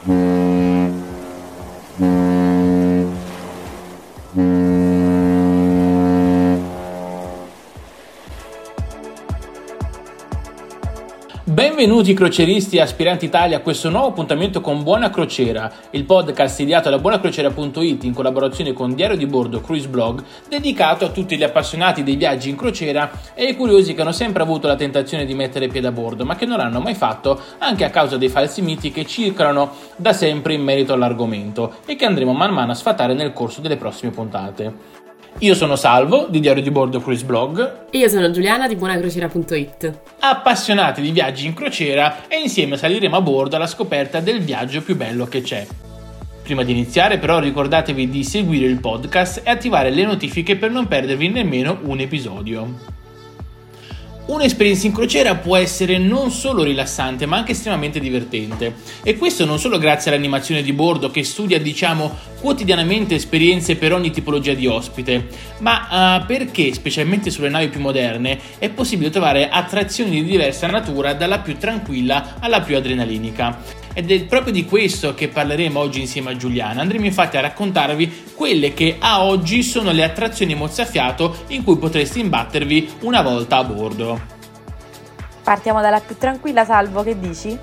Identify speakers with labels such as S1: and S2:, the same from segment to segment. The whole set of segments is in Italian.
S1: Benvenuti crocieristi e aspiranti Italia a questo nuovo appuntamento con Buona Crociera, il podcast ideato da buonacrociera.it in collaborazione con Diario di Bordo Cruise Blog, dedicato a tutti gli appassionati dei viaggi in crociera e ai curiosi che hanno sempre avuto la tentazione di mettere piede a bordo, ma che non l'hanno mai fatto anche a causa dei falsi miti che circolano da sempre in merito all'argomento e che andremo man mano a sfatare nel corso delle prossime puntate. Io sono Salvo, di Diario di Bordo Cruise Blog.
S2: E io sono Giuliana, di buonacrociera.it.
S1: Appassionati di viaggi in crociera e insieme saliremo a bordo alla scoperta del viaggio più bello che c'è. Prima di iniziare però ricordatevi di seguire il podcast e attivare le notifiche per non perdervi nemmeno un episodio. Un'esperienza in crociera può essere non solo rilassante ma anche estremamente divertente, e questo non solo grazie all'animazione di bordo che studia quotidianamente esperienze per ogni tipologia di ospite, ma perché specialmente sulle navi più moderne è possibile trovare attrazioni di diversa natura, dalla più tranquilla alla più adrenalinica. Ed è proprio di questo che parleremo oggi insieme a Giuliana. Andremo infatti a raccontarvi quelle che a oggi sono le attrazioni mozzafiato in cui potreste imbattervi una volta a bordo.
S3: Partiamo dalla più tranquilla, Salvo, che dici?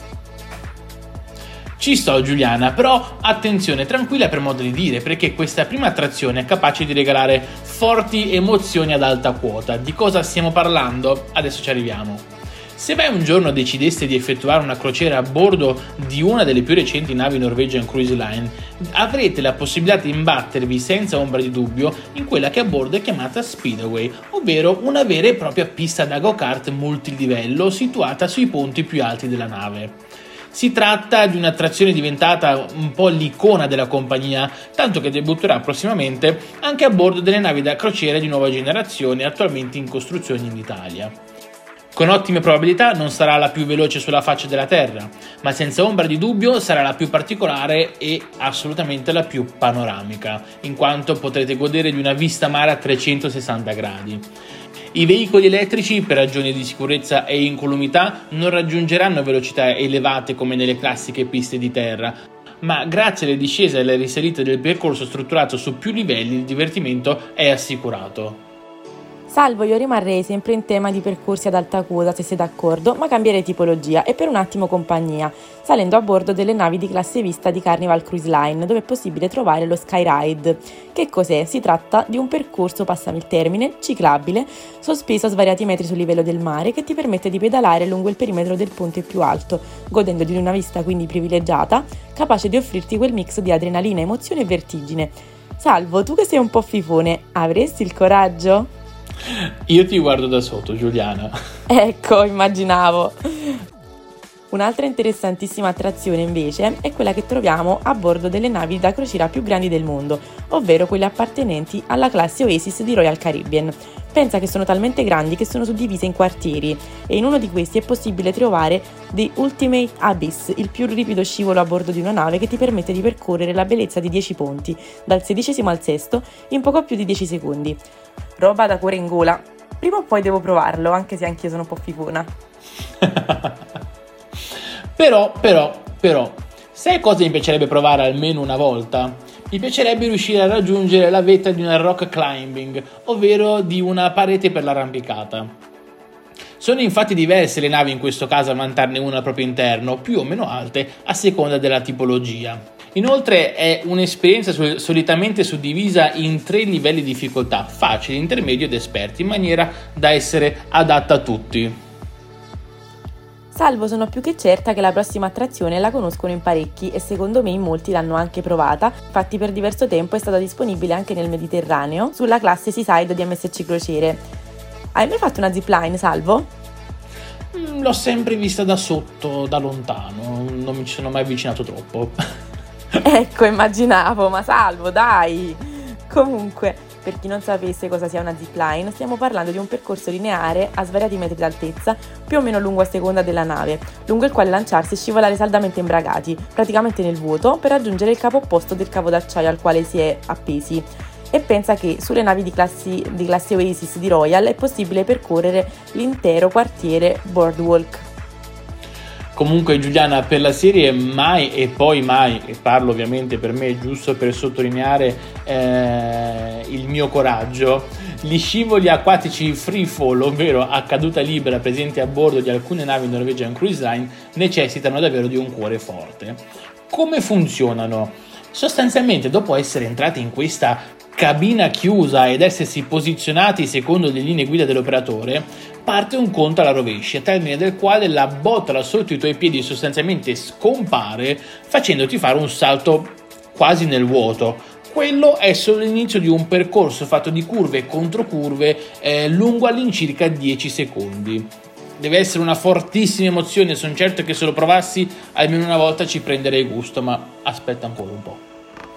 S1: Ci sto, Giuliana, però attenzione, tranquilla per modo di dire, perché questa prima attrazione è capace di regalare forti emozioni ad alta quota. Di cosa stiamo parlando? Adesso ci arriviamo. Se mai un giorno decideste di effettuare una crociera a bordo di una delle più recenti navi Norwegian Cruise Line, avrete la possibilità di imbattervi senza ombra di dubbio in quella che a bordo è chiamata Speedway, ovvero una vera e propria pista da go-kart multilivello situata sui ponti più alti della nave. Si tratta di un'attrazione diventata un po' l'icona della compagnia, tanto che debutterà prossimamente anche a bordo delle navi da crociera di nuova generazione attualmente in costruzione in Italia. Con ottime probabilità non sarà la più veloce sulla faccia della terra, ma senza ombra di dubbio sarà la più particolare e assolutamente la più panoramica, in quanto potrete godere di una vista mare a 360 gradi. I veicoli elettrici, per ragioni di sicurezza e incolumità, non raggiungeranno velocità elevate come nelle classiche piste di terra, ma grazie alle discese e alle risalite del percorso strutturato su più livelli il divertimento è assicurato.
S3: Salvo, io rimarrei sempre in tema di percorsi ad alta quota, se sei d'accordo, ma cambierei tipologia e per un attimo compagnia, salendo a bordo delle navi di classe vista di Carnival Cruise Line, dove è possibile trovare lo Skyride. Che cos'è? Si tratta di un percorso, passami il termine, ciclabile, sospeso a svariati metri sul livello del mare, che ti permette di pedalare lungo il perimetro del ponte più alto, godendo di una vista quindi privilegiata, capace di offrirti quel mix di adrenalina, emozione e vertigine. Salvo, tu che sei un po' fifone, avresti il coraggio?
S1: Io ti guardo da sotto, Giuliana.
S3: Ecco, immaginavo. Un'altra interessantissima attrazione invece è quella che troviamo a bordo delle navi da crociera più grandi del mondo, ovvero quelle appartenenti alla classe Oasis di Royal Caribbean. Pensa che sono talmente grandi che sono suddivise in quartieri e in uno di questi è possibile trovare The Ultimate Abyss, il più ripido scivolo a bordo di una nave che ti permette di percorrere la bellezza di 10 ponti, dal 16° al 6° in poco più di 10 secondi. Roba da cuore in gola. Prima o poi devo provarlo, anche se anch'io sono un po' fifona.
S1: Però, sai cosa mi piacerebbe provare almeno una volta? Mi piacerebbe riuscire a raggiungere la vetta di una rock climbing, ovvero di una parete per l'arrampicata. Sono infatti diverse le navi in questo caso a vantarne una al proprio interno, più o meno alte a seconda della tipologia. Inoltre è un'esperienza solitamente suddivisa in 3 livelli di difficoltà, facile, intermedio ed esperti, in maniera da essere adatta a tutti.
S3: Salvo, sono più che certa che la prossima attrazione la conoscono in parecchi e secondo me in molti l'hanno anche provata, infatti per diverso tempo è stata disponibile anche nel Mediterraneo sulla classe Seaside di MSC Crociere. Hai mai fatto una zipline, Salvo?
S1: L'ho sempre vista da sotto, da lontano, non mi ci sono mai avvicinato troppo.
S3: Ecco, immaginavo, ma Salvo, dai! Comunque, per chi non sapesse cosa sia una zipline, stiamo parlando di un percorso lineare a svariati metri d'altezza, più o meno lungo a seconda della nave, lungo il quale lanciarsi e scivolare saldamente imbragati, praticamente nel vuoto, per raggiungere il capo opposto del cavo d'acciaio al quale si è appesi. E pensa che sulle navi di classe Oasis di Royal è possibile percorrere l'intero quartiere Boardwalk.
S1: Comunque Giuliana, per la serie mai e poi mai, e parlo ovviamente per me giusto per sottolineare il mio coraggio, gli scivoli acquatici free fall, ovvero a caduta libera presenti a bordo di alcune navi Norwegian Cruise Line, necessitano davvero di un cuore forte. Come funzionano? Sostanzialmente, dopo essere entrati in questa cabina chiusa ed essersi posizionati secondo le linee guida dell'operatore, parte un conto alla rovescia, termine del quale la botola sotto i tuoi piedi sostanzialmente scompare, facendoti fare un salto quasi nel vuoto. Quello è solo l'inizio di un percorso fatto di curve e controcurve lungo all'incirca 10 secondi. Deve essere una fortissima emozione, sono certo che se lo provassi almeno una volta ci prenderei gusto, ma aspetta ancora un po'.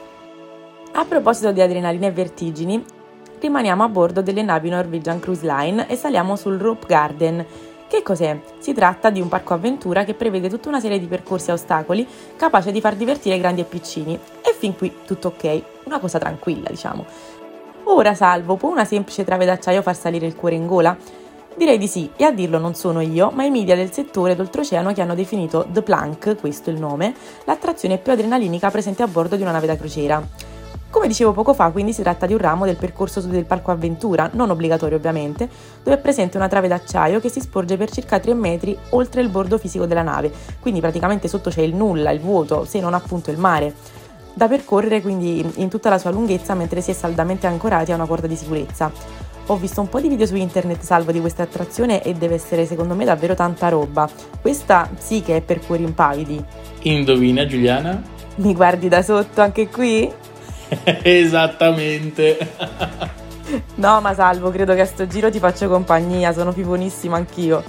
S3: A proposito di adrenalina e vertigini, rimaniamo a bordo delle navi Norwegian Cruise Line e saliamo sul Rope Garden. Che cos'è? Si tratta di un parco avventura che prevede tutta una serie di percorsi a ostacoli capace di far divertire grandi e piccini. E fin qui tutto ok, una cosa tranquilla, diciamo. Ora, Salvo, può una semplice trave d'acciaio far salire il cuore in gola? Direi di sì, e a dirlo non sono io, ma i media del settore d'oltreoceano che hanno definito The Plank, questo è il nome, l'attrazione più adrenalinica presente a bordo di una nave da crociera. Come dicevo poco fa, quindi si tratta di un ramo del percorso del parco avventura, non obbligatorio ovviamente, dove è presente una trave d'acciaio che si sporge per circa 3 metri oltre il bordo fisico della nave, quindi praticamente sotto c'è il nulla, il vuoto, se non appunto il mare, da percorrere quindi in tutta la sua lunghezza mentre si è saldamente ancorati a una corda di sicurezza. Ho visto un po' di video su internet, Salvo, di questa attrazione e deve essere secondo me davvero tanta roba. Questa sì che è per cuori impavidi.
S1: Indovina, Giuliana?
S3: Mi guardi da sotto anche qui?
S1: Esattamente.
S3: No, ma Salvo, credo che a sto giro ti faccio compagnia, sono piponissima anch'io.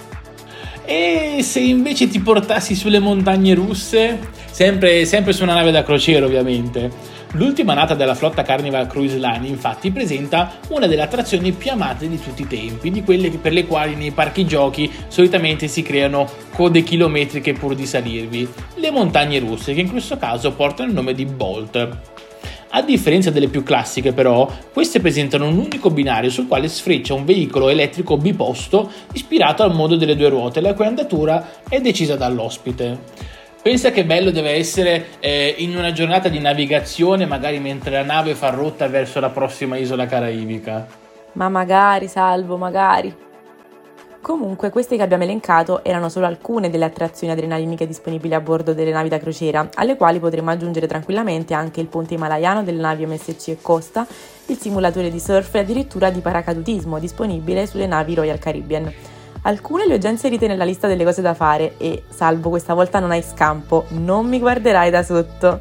S1: E se invece ti portassi sulle montagne russe? Sempre su una nave da crociera, ovviamente. L'ultima nata della flotta Carnival Cruise Line infatti presenta una delle attrazioni più amate di tutti i tempi, di quelle per le quali nei parchi giochi solitamente si creano code chilometriche pur di salirvi, le montagne russe, che in questo caso portano il nome di Bolt. A differenza delle più classiche però, queste presentano un unico binario sul quale sfreccia un veicolo elettrico biposto ispirato al modo delle due ruote, la cui andatura è decisa dall'ospite. Pensa che bello deve essere in una giornata di navigazione, magari mentre la nave fa rotta verso la prossima isola caraibica.
S3: Ma magari, Salvo, magari. Comunque, queste che abbiamo elencato erano solo alcune delle attrazioni adrenaliniche disponibili a bordo delle navi da crociera, alle quali potremmo aggiungere tranquillamente anche il ponte himalayano delle navi MSC e Costa, il simulatore di surf e addirittura di paracadutismo disponibile sulle navi Royal Caribbean. Alcune le ho già inserite nella lista delle cose da fare e, Salvo, questa volta non hai scampo, non mi guarderai da sotto.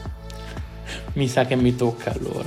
S1: Mi sa che mi tocca allora.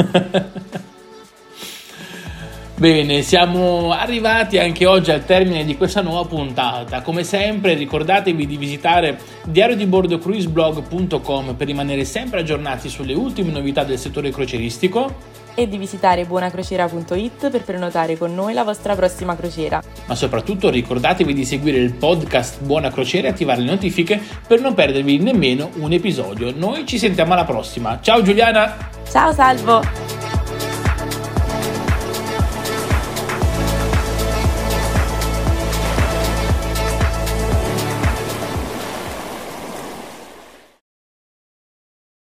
S1: Bene, siamo arrivati anche oggi al termine di questa nuova puntata. Come sempre ricordatevi di visitare diariodibordocruiseblog.com per rimanere sempre aggiornati sulle ultime novità del settore croceristico
S3: e di visitare buonacrociera.it per prenotare con noi la vostra prossima crociera.
S1: Ma soprattutto ricordatevi di seguire il podcast Buona Crociera e attivare le notifiche per non perdervi nemmeno un episodio. Noi ci sentiamo alla prossima. Ciao Giuliana!
S3: Ciao Salvo!